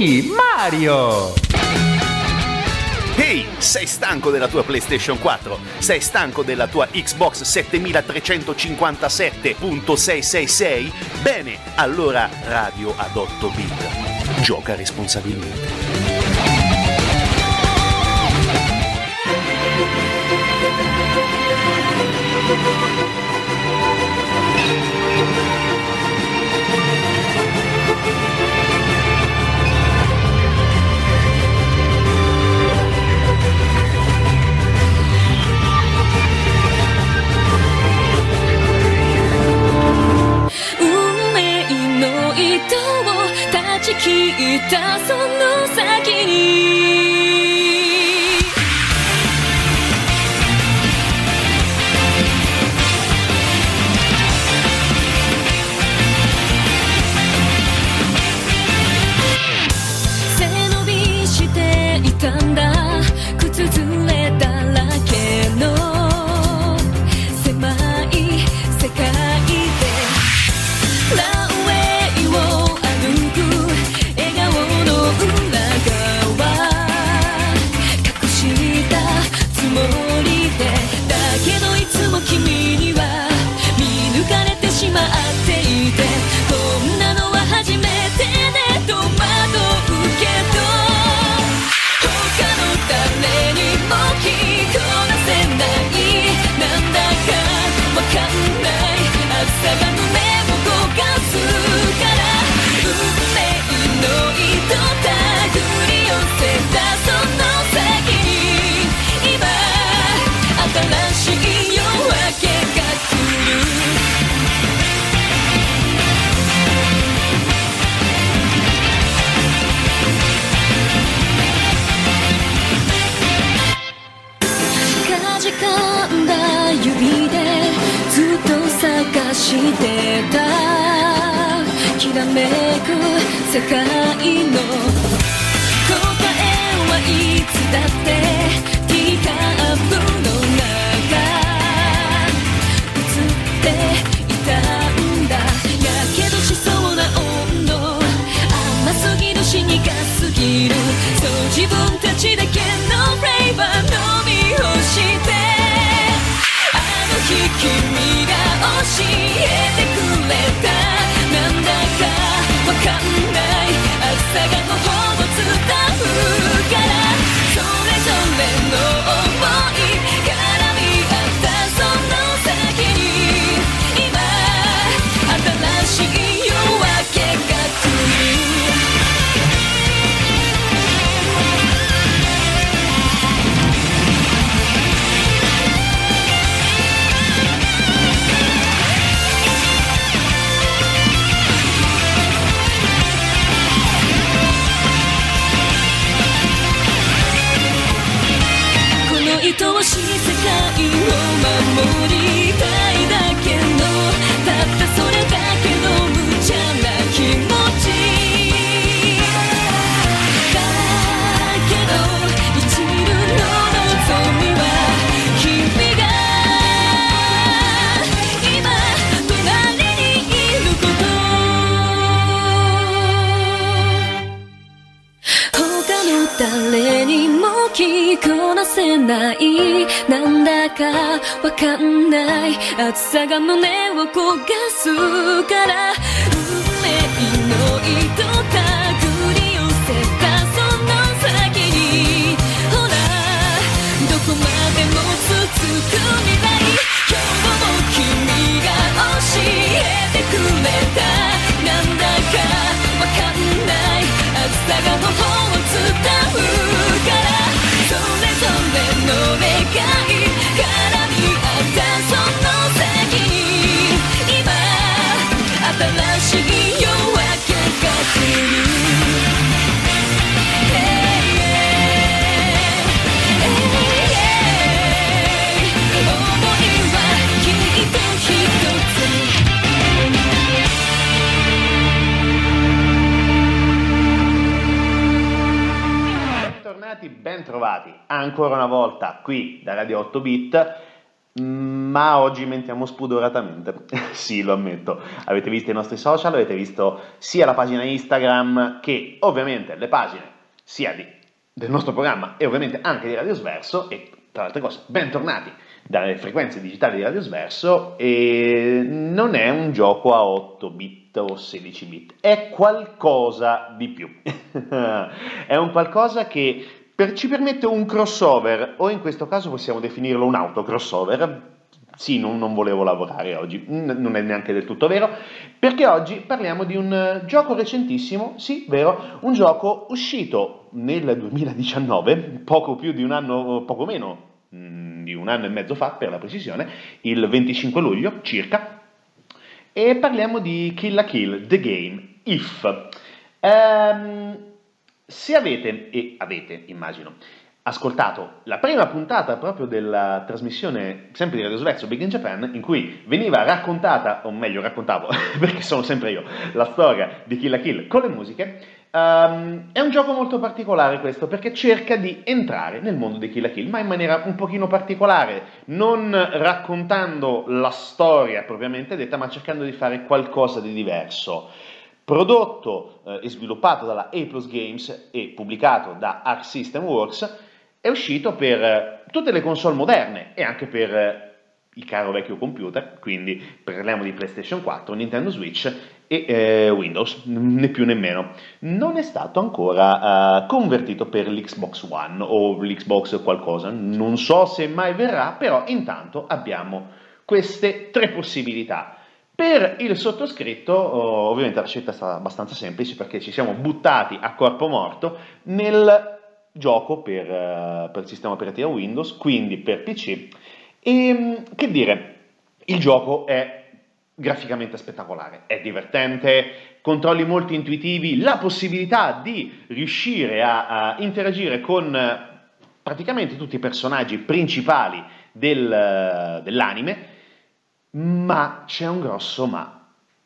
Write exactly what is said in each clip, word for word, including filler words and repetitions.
Sì, Mario! Ehi, sei stanco della tua PlayStation quattro? Sei stanco della tua Xbox setemilatrecentocinquantasette punto seicentosessantasei? Bene, allora Radio ad otto bit. Gioca responsabilmente. Ben trovati ancora una volta qui da Radio otto bit. Ma oggi mentiamo spudoratamente. Sì, lo ammetto. Avete visto i nostri social, avete visto sia la pagina Instagram che ovviamente le pagine sia di, del nostro programma e ovviamente anche di Radio Sverso. E tra le altre cose, bentornati dalle frequenze digitali di Radio Sverso. E non è un gioco a otto bit o sedici bit, è qualcosa di più. È un qualcosa che per, ci permette un crossover, o in questo caso possiamo definirlo un autocrossover. Sì, non, non volevo lavorare oggi, non è neanche del tutto vero, perché oggi parliamo di un gioco recentissimo, sì, vero, un gioco uscito nel duemiladiciannove, poco più di un anno, poco meno mh, di un anno e mezzo fa, per la precisione, il venticinque luglio circa, e parliamo di Kill la Kill, The Game, If. Ehm... Se avete, e avete immagino, ascoltato la prima puntata proprio della trasmissione sempre di Radio Sverso Big in Japan, in cui veniva raccontata, o meglio raccontavo, perché sono sempre io, la storia di Kill la Kill con le musiche, um, è un gioco molto particolare questo, perché cerca di entrare nel mondo di Kill la Kill, ma in maniera un pochino particolare, non raccontando la storia propriamente detta, ma cercando di fare qualcosa di diverso. Prodotto eh, e sviluppato dalla A plus Games e pubblicato da Arc System Works, è uscito per eh, tutte le console moderne e anche per eh, il caro vecchio computer, quindi parliamo di PlayStation quattro, Nintendo Switch e eh, Windows, né più né meno. Non è stato ancora eh, convertito per l'Xbox One o l'Xbox qualcosa, non so se mai verrà, però intanto abbiamo queste tre possibilità. Per il sottoscritto, ovviamente la scelta è stata abbastanza semplice perché ci siamo buttati a corpo morto nel gioco per, per il sistema operativo Windows, quindi per P C, e che dire, il gioco è graficamente spettacolare, è divertente, controlli molto intuitivi, la possibilità di riuscire a, a interagire con praticamente tutti i personaggi principali del, dell'anime. Ma c'è un grosso ma.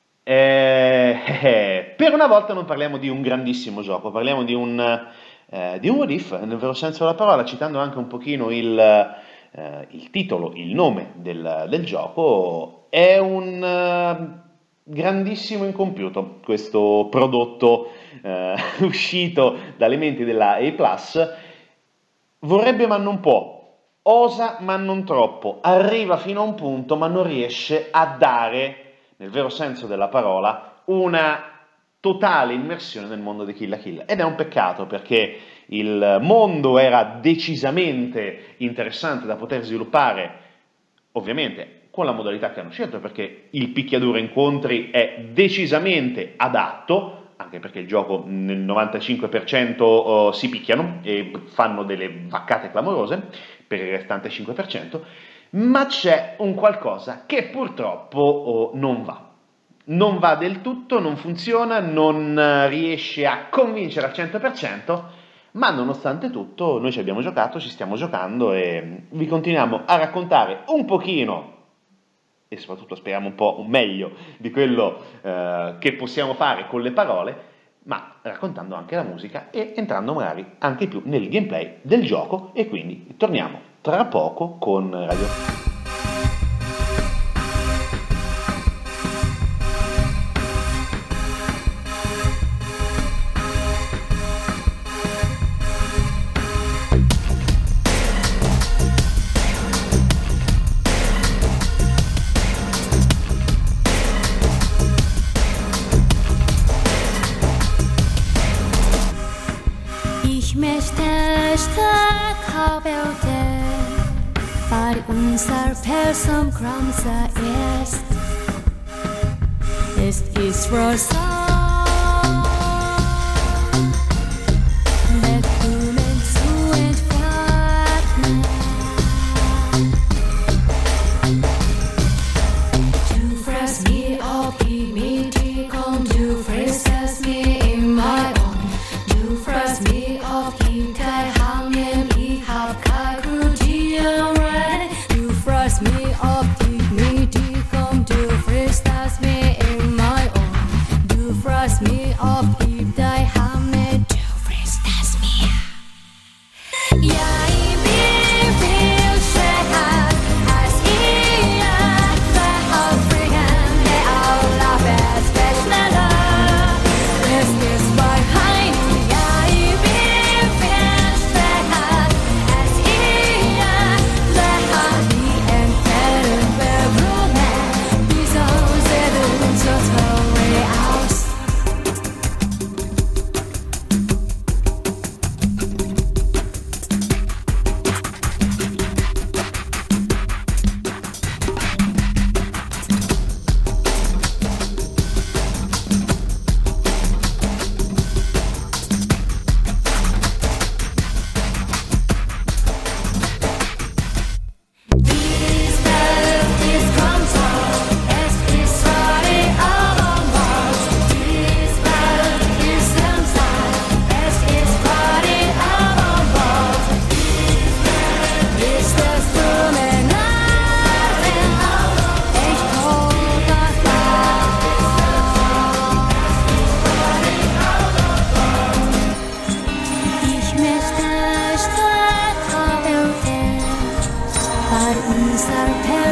Eh, eh, per una volta non parliamo di un grandissimo gioco, parliamo di un, eh, di un what if, nel vero senso della parola, citando anche un pochino il, eh, il titolo, il nome del, del gioco. È un uh, grandissimo incompiuto questo prodotto eh, uscito dalle menti della A plus. Vorrebbe ma non può. Osa ma non troppo, arriva fino a un punto ma non riesce a dare, nel vero senso della parola, una totale immersione nel mondo di Kill la Kill. Ed è un peccato perché il mondo era decisamente interessante da poter sviluppare, ovviamente con la modalità che hanno scelto, perché il picchiaduro incontri è decisamente adatto, anche perché il gioco nel novantacinque per cento uh, si picchiano e fanno delle vaccate clamorose, per il restante cinque per cento, ma c'è un qualcosa che purtroppo oh, non va. Non va del tutto, non funziona, non riesce a convincere al cento per cento, ma nonostante tutto noi ci abbiamo giocato, ci stiamo giocando e vi continuiamo a raccontare un pochino e soprattutto speriamo un po' un meglio di quello eh, che possiamo fare con le parole, ma raccontando anche la musica e entrando magari anche più nel gameplay del gioco, e quindi torniamo tra poco con Radio. Unser Person crumbs ist. Es ist for song. Me of dignity, come to freeze me in my own. Do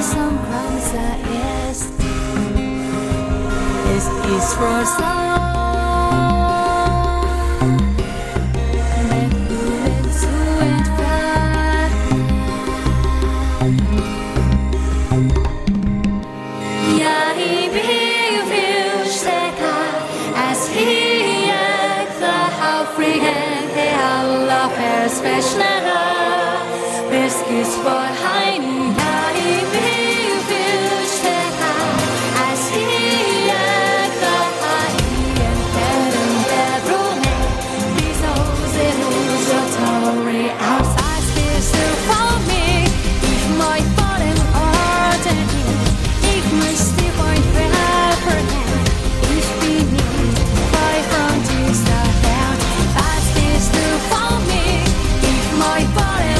some crumbs that yes, this is for some. Ist voll Heini, ja, ich will viel stärker als hier, da hier werden der Brunnen, wieso sind wir so traurig aus, als bist du von mir, ich möchte vor den Orten hin, ich muss dir heute verbrennen, ich bin nicht frei von dieser Welt, als bist du von mir, ich möchte vor den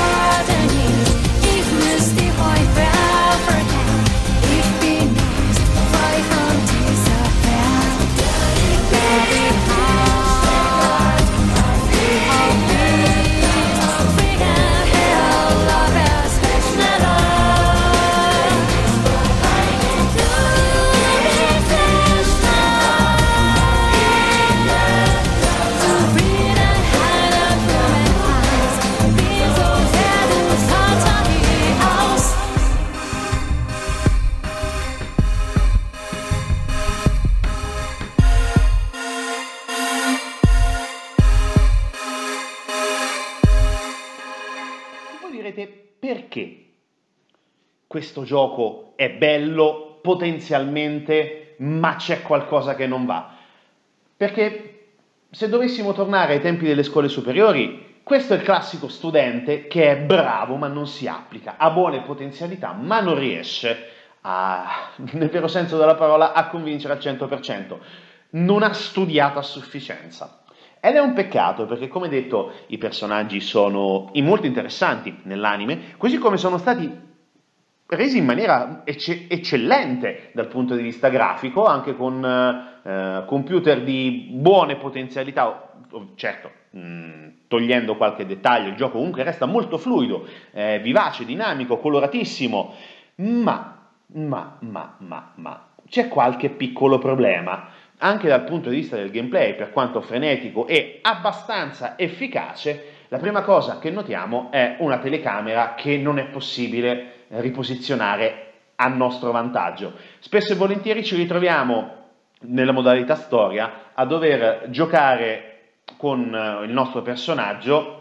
perché questo gioco è bello potenzialmente, ma c'è qualcosa che non va. Perché se dovessimo tornare ai tempi delle scuole superiori, questo è il classico studente che è bravo ma non si applica, ha buone potenzialità ma non riesce a, nel vero senso della parola, a convincere al cento per cento, non ha studiato a sufficienza. Ed è un peccato perché, come detto, i personaggi sono molto interessanti nell'anime, così come sono stati resi in maniera ecce- eccellente dal punto di vista grafico, anche con eh, computer di buone potenzialità, certo, mh, togliendo qualche dettaglio, il gioco comunque resta molto fluido, eh, vivace, dinamico, coloratissimo, ma, ma, ma, ma, ma, c'è qualche piccolo problema. Anche dal punto di vista del gameplay, per quanto frenetico e abbastanza efficace, la prima cosa che notiamo è una telecamera che non è possibile riposizionare a nostro vantaggio. Spesso e volentieri ci ritroviamo nella modalità storia a dover giocare con il nostro personaggio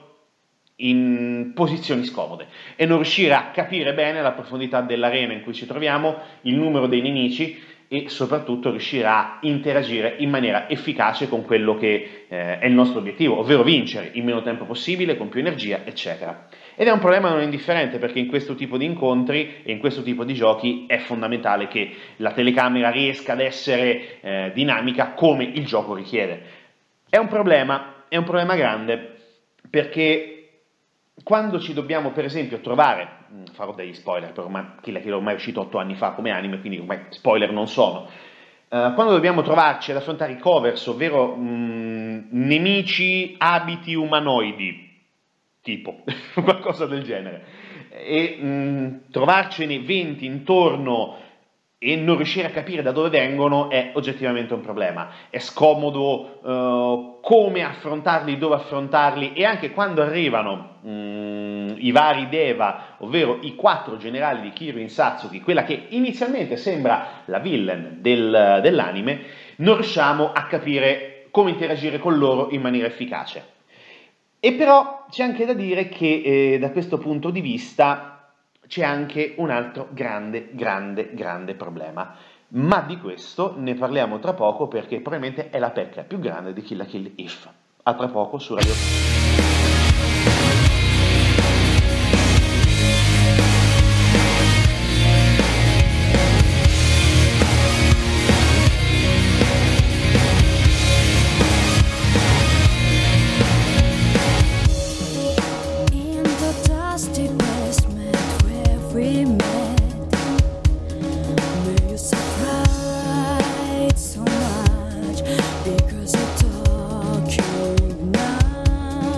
in posizioni scomode e non riuscire a capire bene la profondità dell'arena in cui ci troviamo, il numero dei nemici e soprattutto riuscire a interagire in maniera efficace con quello che eh, è il nostro obiettivo, ovvero vincere in meno tempo possibile, con più energia, eccetera. Ed è un problema non indifferente perché in questo tipo di incontri e in questo tipo di giochi è fondamentale che la telecamera riesca ad essere eh, dinamica come il gioco richiede. È un problema, è un problema grande perché quando ci dobbiamo per esempio trovare, farò degli spoiler per ormai, Kill la Kill ormai è uscito otto anni fa come anime, quindi ormai spoiler non sono, uh, quando dobbiamo trovarci ad affrontare i covers, ovvero mh, nemici abiti umanoidi, tipo, qualcosa del genere, e mh, trovarcene venti intorno e non riuscire a capire da dove vengono è oggettivamente un problema. È scomodo uh, come affrontarli, dove affrontarli e anche quando arrivano um, i vari Deva, ovvero i quattro generali di Kirin Satsuki, quella che inizialmente sembra la villain del, dell'anime, non riusciamo a capire come interagire con loro in maniera efficace. E però c'è anche da dire che eh, da questo punto di vista c'è anche un altro grande, grande, grande problema, ma di questo ne parliamo tra poco perché probabilmente è la pecca più grande di Kill la Kill If. A tra poco su Radio Because you're talking now.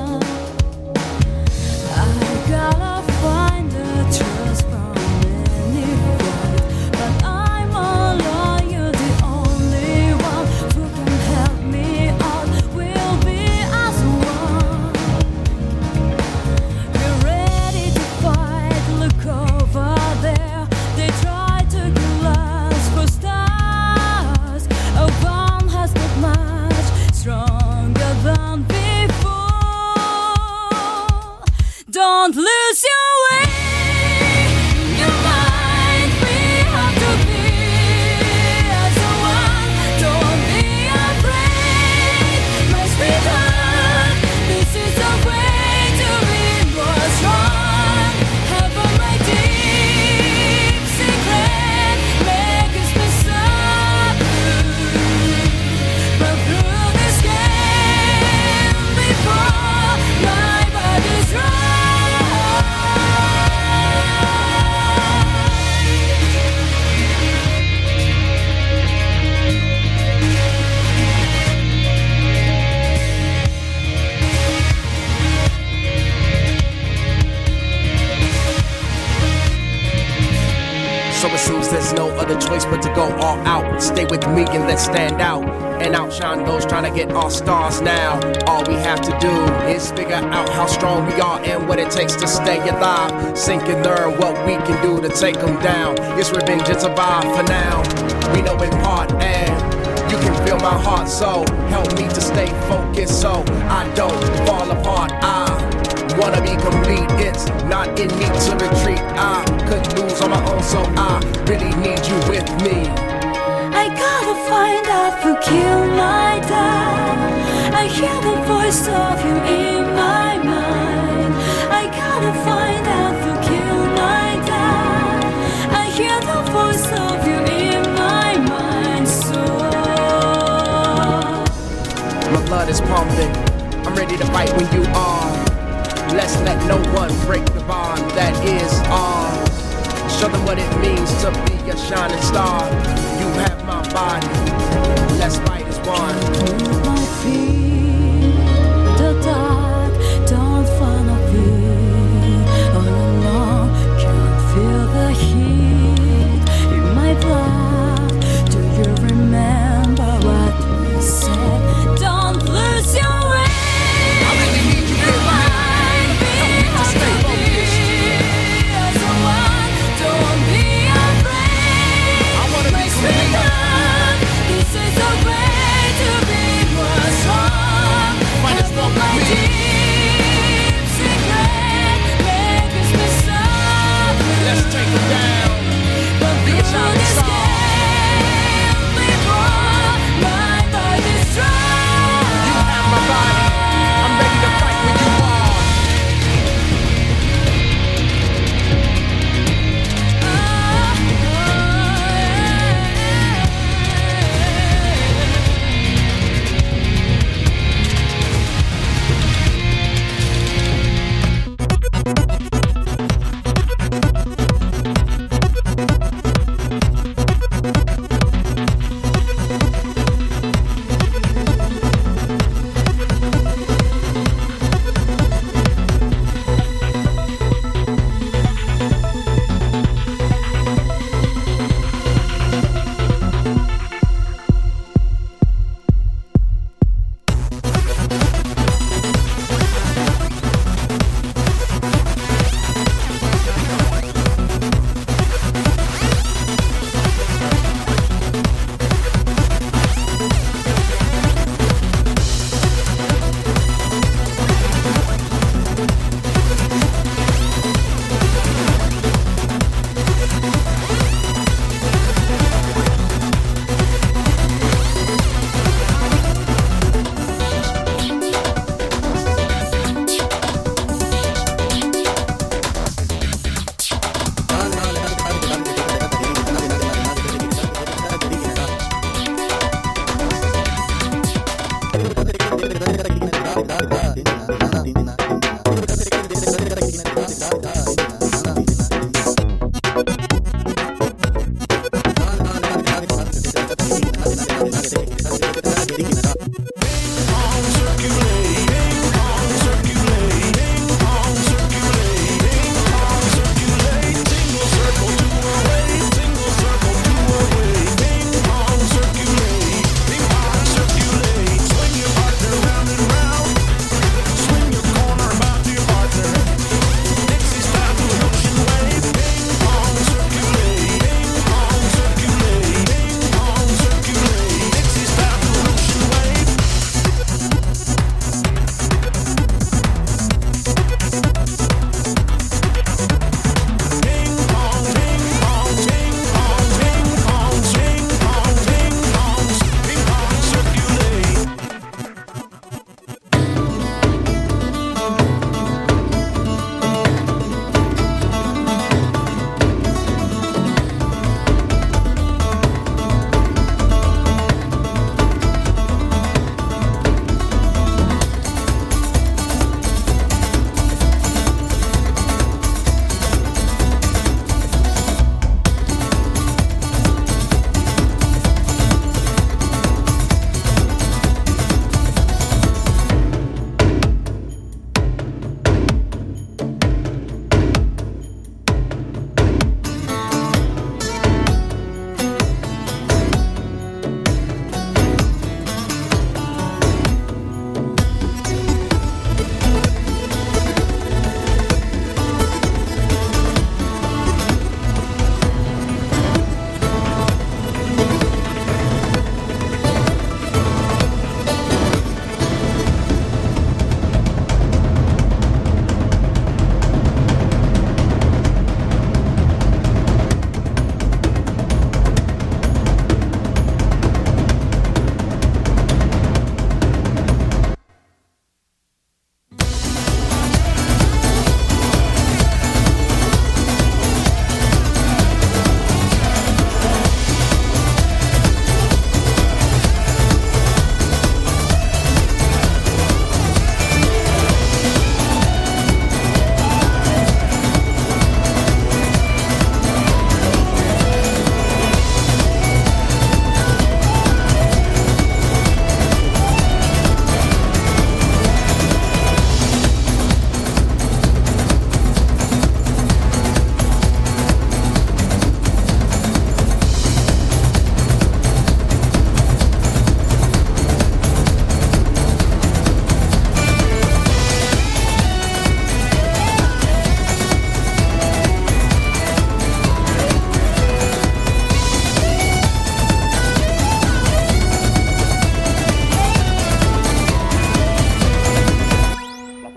other choice but to go all out. Stay with me and let's stand out and outshine those trying to get all stars now. All we have to do is figure out how strong we are and what it takes to stay alive. Sink and learn what we can do to take them down. It's revenge and survive for now. We know in part and you can feel my heart, so help me to stay focused so I don't fall apart. I wanna be complete, it's not in me to retreat. I could lose on my own, so I really need you with me. I gotta find out who killed my dad. I hear the voice of you in my mind. I gotta find out who killed my dad. I hear the voice of you in my mind. So my blood is pumping, I'm ready to fight when you are. Let's let no one break the bond that is ours. Show them what it means to be a shining star. You have my body, let's fight as one. Move my feet, the dark, don't follow me. All alone, can't feel the heat in my blood. Do you remember what we said? Don't lose your way. I really need you here, man. Help me to stay focused. Don't be afraid. I wanna be complete. This is the way to be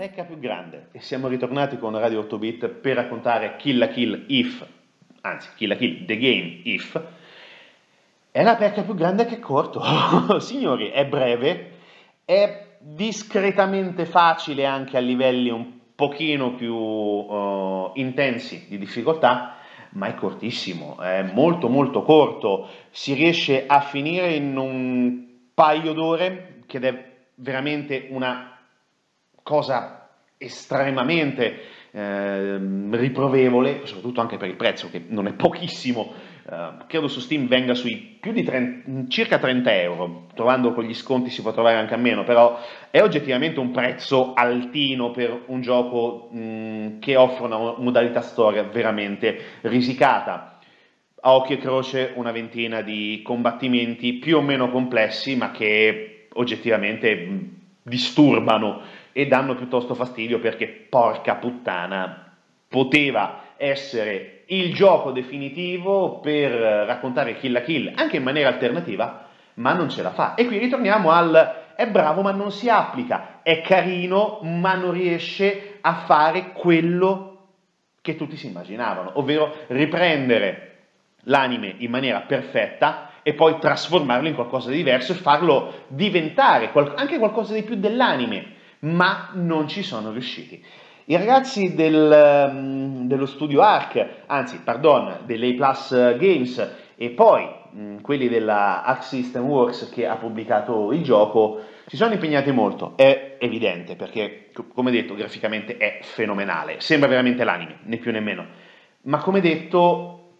pecca più grande, e siamo ritornati con Radio otto bit per raccontare Kill la Kill If, anzi Kill la Kill The Game If, è la pecca più grande che è corto. Signori, è breve, è discretamente facile anche a livelli un pochino più uh, intensi di difficoltà, ma è cortissimo, è molto molto corto, si riesce a finire in un paio d'ore, che è veramente una cosa estremamente eh, riprovevole, soprattutto anche per il prezzo, che non è pochissimo. Uh, credo su Steam venga sui più di trenta, circa trenta euro, trovando con gli sconti si può trovare anche a meno, però è oggettivamente un prezzo altino per un gioco mh, che offre una modalità storia veramente risicata. A occhio e croce una ventina di combattimenti più o meno complessi, ma che oggettivamente mh, disturbano e danno piuttosto fastidio, perché porca puttana, poteva essere il gioco definitivo per raccontare Kill la Kill anche in maniera alternativa, ma non ce la fa. E qui ritorniamo al è bravo ma non si applica, è carino ma non riesce a fare quello che tutti si immaginavano, ovvero riprendere l'anime in maniera perfetta e poi trasformarlo in qualcosa di diverso e farlo diventare qual- anche qualcosa di più dell'anime, ma non ci sono riusciti. I ragazzi del, um, dello studio Arc, anzi, pardon, dell'A Plus Games, e poi mh, quelli della Arc System Works che ha pubblicato il gioco, si sono impegnati molto, è evidente, perché, come detto, graficamente è fenomenale, sembra veramente l'anime, né più né meno, ma come detto,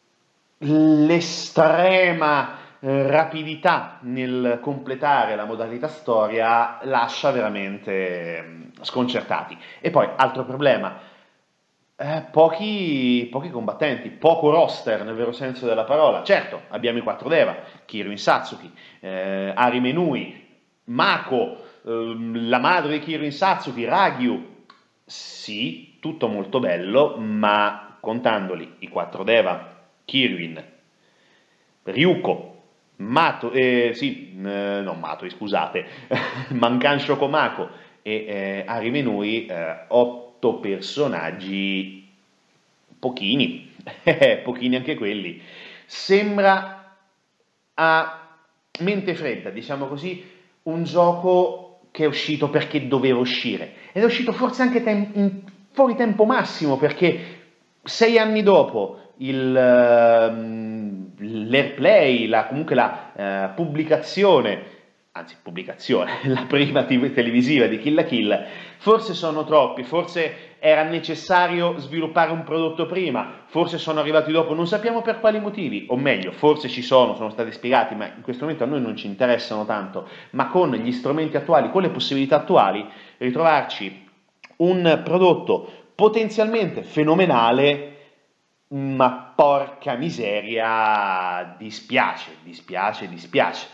l'estrema eh, rapidità nel completare la modalità storia lascia veramente eh, sconcertati. E poi, altro problema, eh, pochi, pochi combattenti, poco roster nel vero senso della parola. Certo, abbiamo i quattro Deva, Kirin Satsuki, eh, Arime Nui, Mako, eh, la madre di Kirin Satsuki, Ragyu, sì, tutto molto bello, ma contandoli i quattro Deva, Kirin, Ryuko, Mato, eh, sì, eh, non Mato, scusate, Mankan Shokomako e eh, Arime Nui, eh, otto personaggi pochini, pochini anche quelli. Sembra a mente fredda, diciamo così, un gioco che è uscito perché doveva uscire, ed è uscito forse anche tem- in fuori tempo massimo, perché sei anni dopo il, uh, l'airplay, la, comunque la uh, pubblicazione, anzi pubblicazione, la prima tiv- televisiva di Kill la Kill, forse sono troppi, forse era necessario sviluppare un prodotto prima, forse sono arrivati dopo, non sappiamo per quali motivi, o meglio, forse ci sono, sono stati spiegati, ma in questo momento a noi non ci interessano tanto, ma con gli strumenti attuali, con le possibilità attuali, ritrovarci un prodotto potenzialmente fenomenale, ma porca miseria, dispiace, dispiace, dispiace.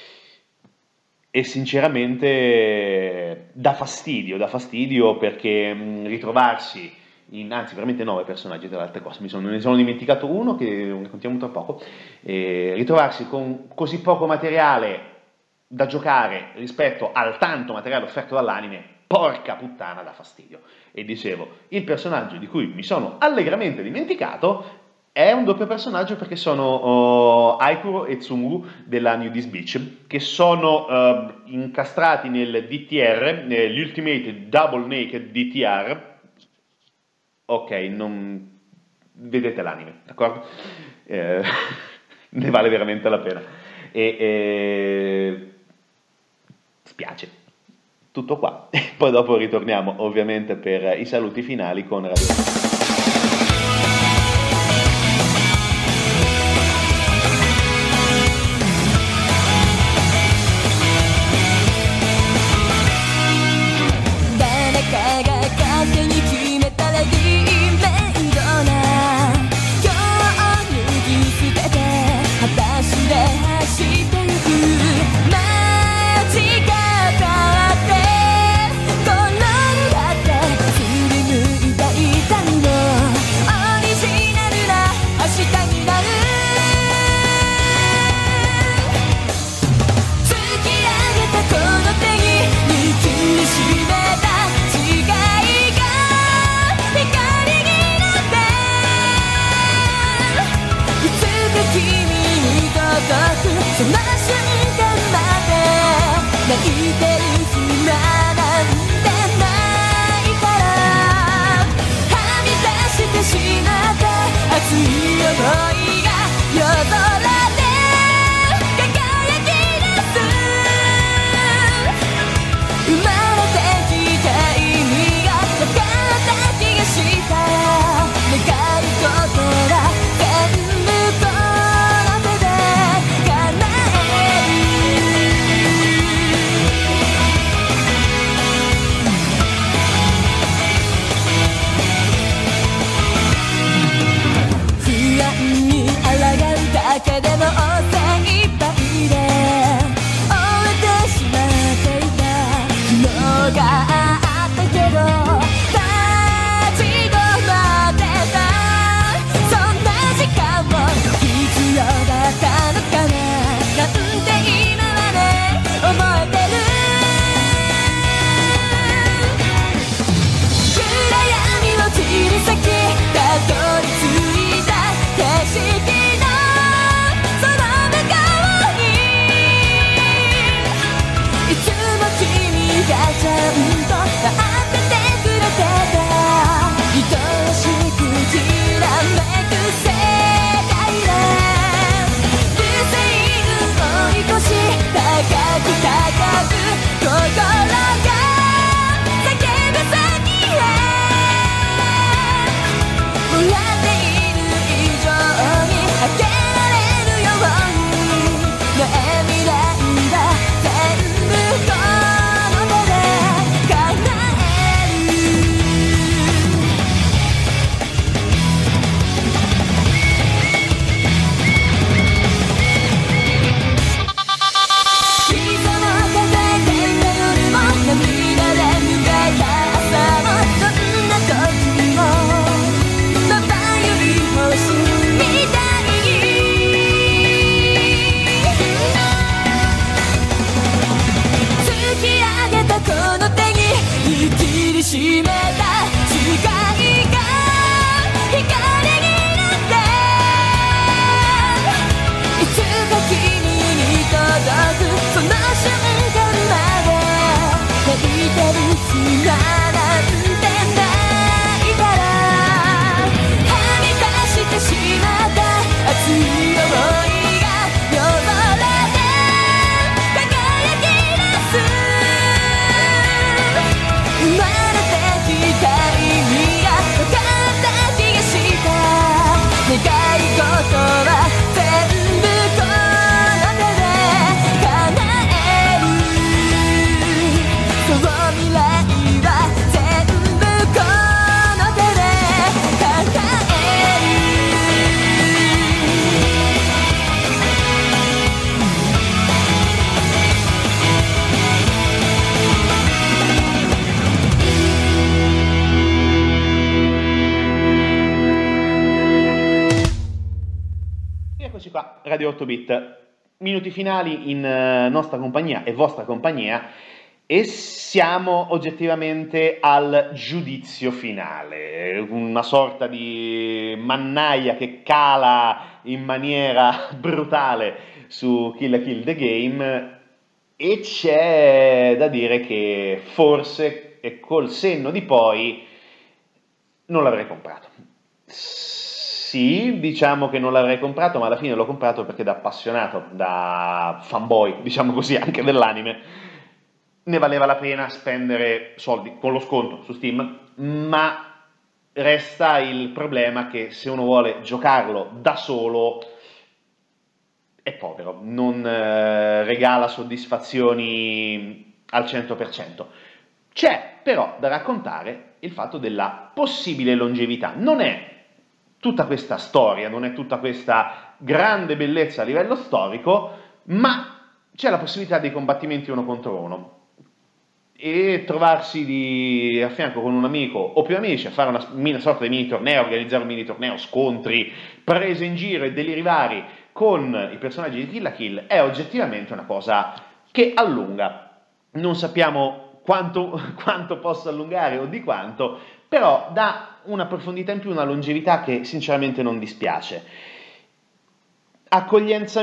E sinceramente dà fastidio, dà fastidio perché mh, ritrovarsi in, anzi veramente nove personaggi tra le altre cose, mi sono, ne sono dimenticato uno che ne contiamo tra poco, e ritrovarsi con così poco materiale da giocare rispetto al tanto materiale offerto dall'anime, porca puttana, dà fastidio. E dicevo, il personaggio di cui mi sono allegramente dimenticato è un doppio personaggio, perché sono uh, Aikuro e Tsungu della Nudist Beach, che sono uh, incastrati nel D T R, l'Ultimate Double Naked D T R. Ok, non vedete l'anime, d'accordo? Eh, ne vale veramente la pena. E, e... spiace. Tutto qua. Poi dopo ritorniamo ovviamente per i saluti finali con Radio. 「 Radio otto bit, minuti finali in uh, nostra compagnia e vostra compagnia, e siamo oggettivamente al giudizio finale, una sorta di mannaia che cala in maniera brutale su Kill la Kill the Game, e c'è da dire che forse, e col senno di poi, non l'avrei comprato. Sì, diciamo che non l'avrei comprato, ma alla fine l'ho comprato perché da appassionato, da fanboy, diciamo così, anche dell'anime, ne valeva la pena spendere soldi con lo sconto su Steam, ma resta il problema che se uno vuole giocarlo da solo è povero, non eh, regala soddisfazioni al cento per cento. C'è però da raccontare il fatto della possibile longevità. Non è tutta questa storia, non è tutta questa grande bellezza a livello storico, ma c'è la possibilità dei combattimenti uno contro uno, e trovarsi di, a fianco con un amico o più amici a fare una, una sorta di mini torneo, organizzare un mini torneo, scontri, prese in giro e deliri vari con i personaggi di Kill la Kill è oggettivamente una cosa che allunga. Non sappiamo quanto, quanto possa allungare o di quanto, però dà una profondità in più, una longevità che sinceramente non dispiace. Accoglienza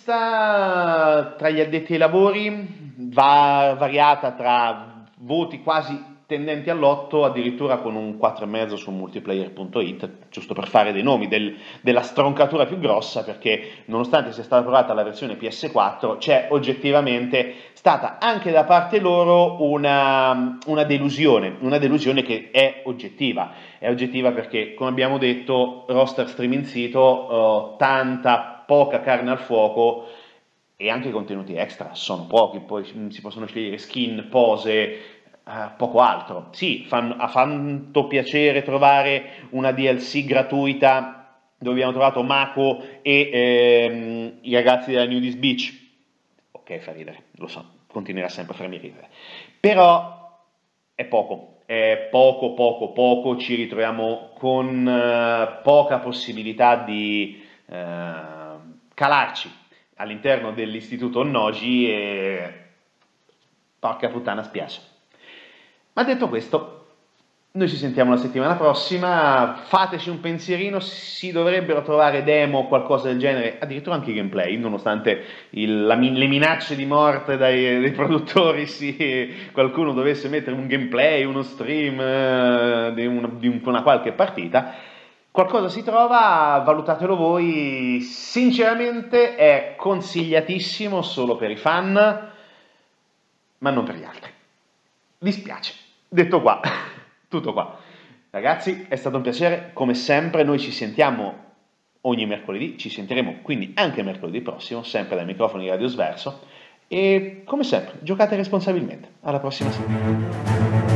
mista tra gli addetti ai lavori, va variata tra voti quasi tendenti all'otto, addirittura con un quattro e mezzo su multiplayer punto it, giusto per fare dei nomi, del, della stroncatura più grossa, perché nonostante sia stata provata la versione P S quattro, c'è oggettivamente stata anche da parte loro una, una delusione, una delusione che è oggettiva, è oggettiva perché, come abbiamo detto, roster streaming sito, uh, tanta poca carne al fuoco, e anche i contenuti extra sono pochi, poi si possono scegliere skin, pose, Uh, poco altro. Sì, fan, ha fatto piacere trovare una D L C gratuita dove abbiamo trovato Mako e ehm, i ragazzi della Nudist Beach. Ok, fa ridere, lo so, continuerà sempre a farmi ridere, però è poco, è poco, poco, poco. Ci ritroviamo con uh, poca possibilità di uh, calarci all'interno dell'istituto Onnoji, e porca puttana, spiace. Ma detto questo, noi ci sentiamo la settimana prossima, fateci un pensierino, si dovrebbero trovare demo o qualcosa del genere, addirittura anche gameplay, nonostante il, la, le minacce di morte dai, dai produttori, sì, qualcuno dovesse mettere un gameplay, uno stream eh, di, una, di una qualche partita, qualcosa si trova, valutatelo voi, sinceramente è consigliatissimo solo per i fan, ma non per gli altri. Dispiace. Detto qua, tutto qua. Ragazzi, è stato un piacere, come sempre. Noi ci sentiamo ogni mercoledì, ci sentiremo quindi anche mercoledì prossimo, sempre dai microfoni di Radio Sverso, e come sempre, giocate responsabilmente. Alla prossima settimana.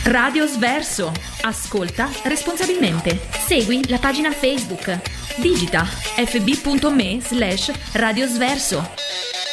Radio Sverso. Ascolta responsabilmente. Segui la pagina Facebook. Digita f b punto m e slash Radio Sverso.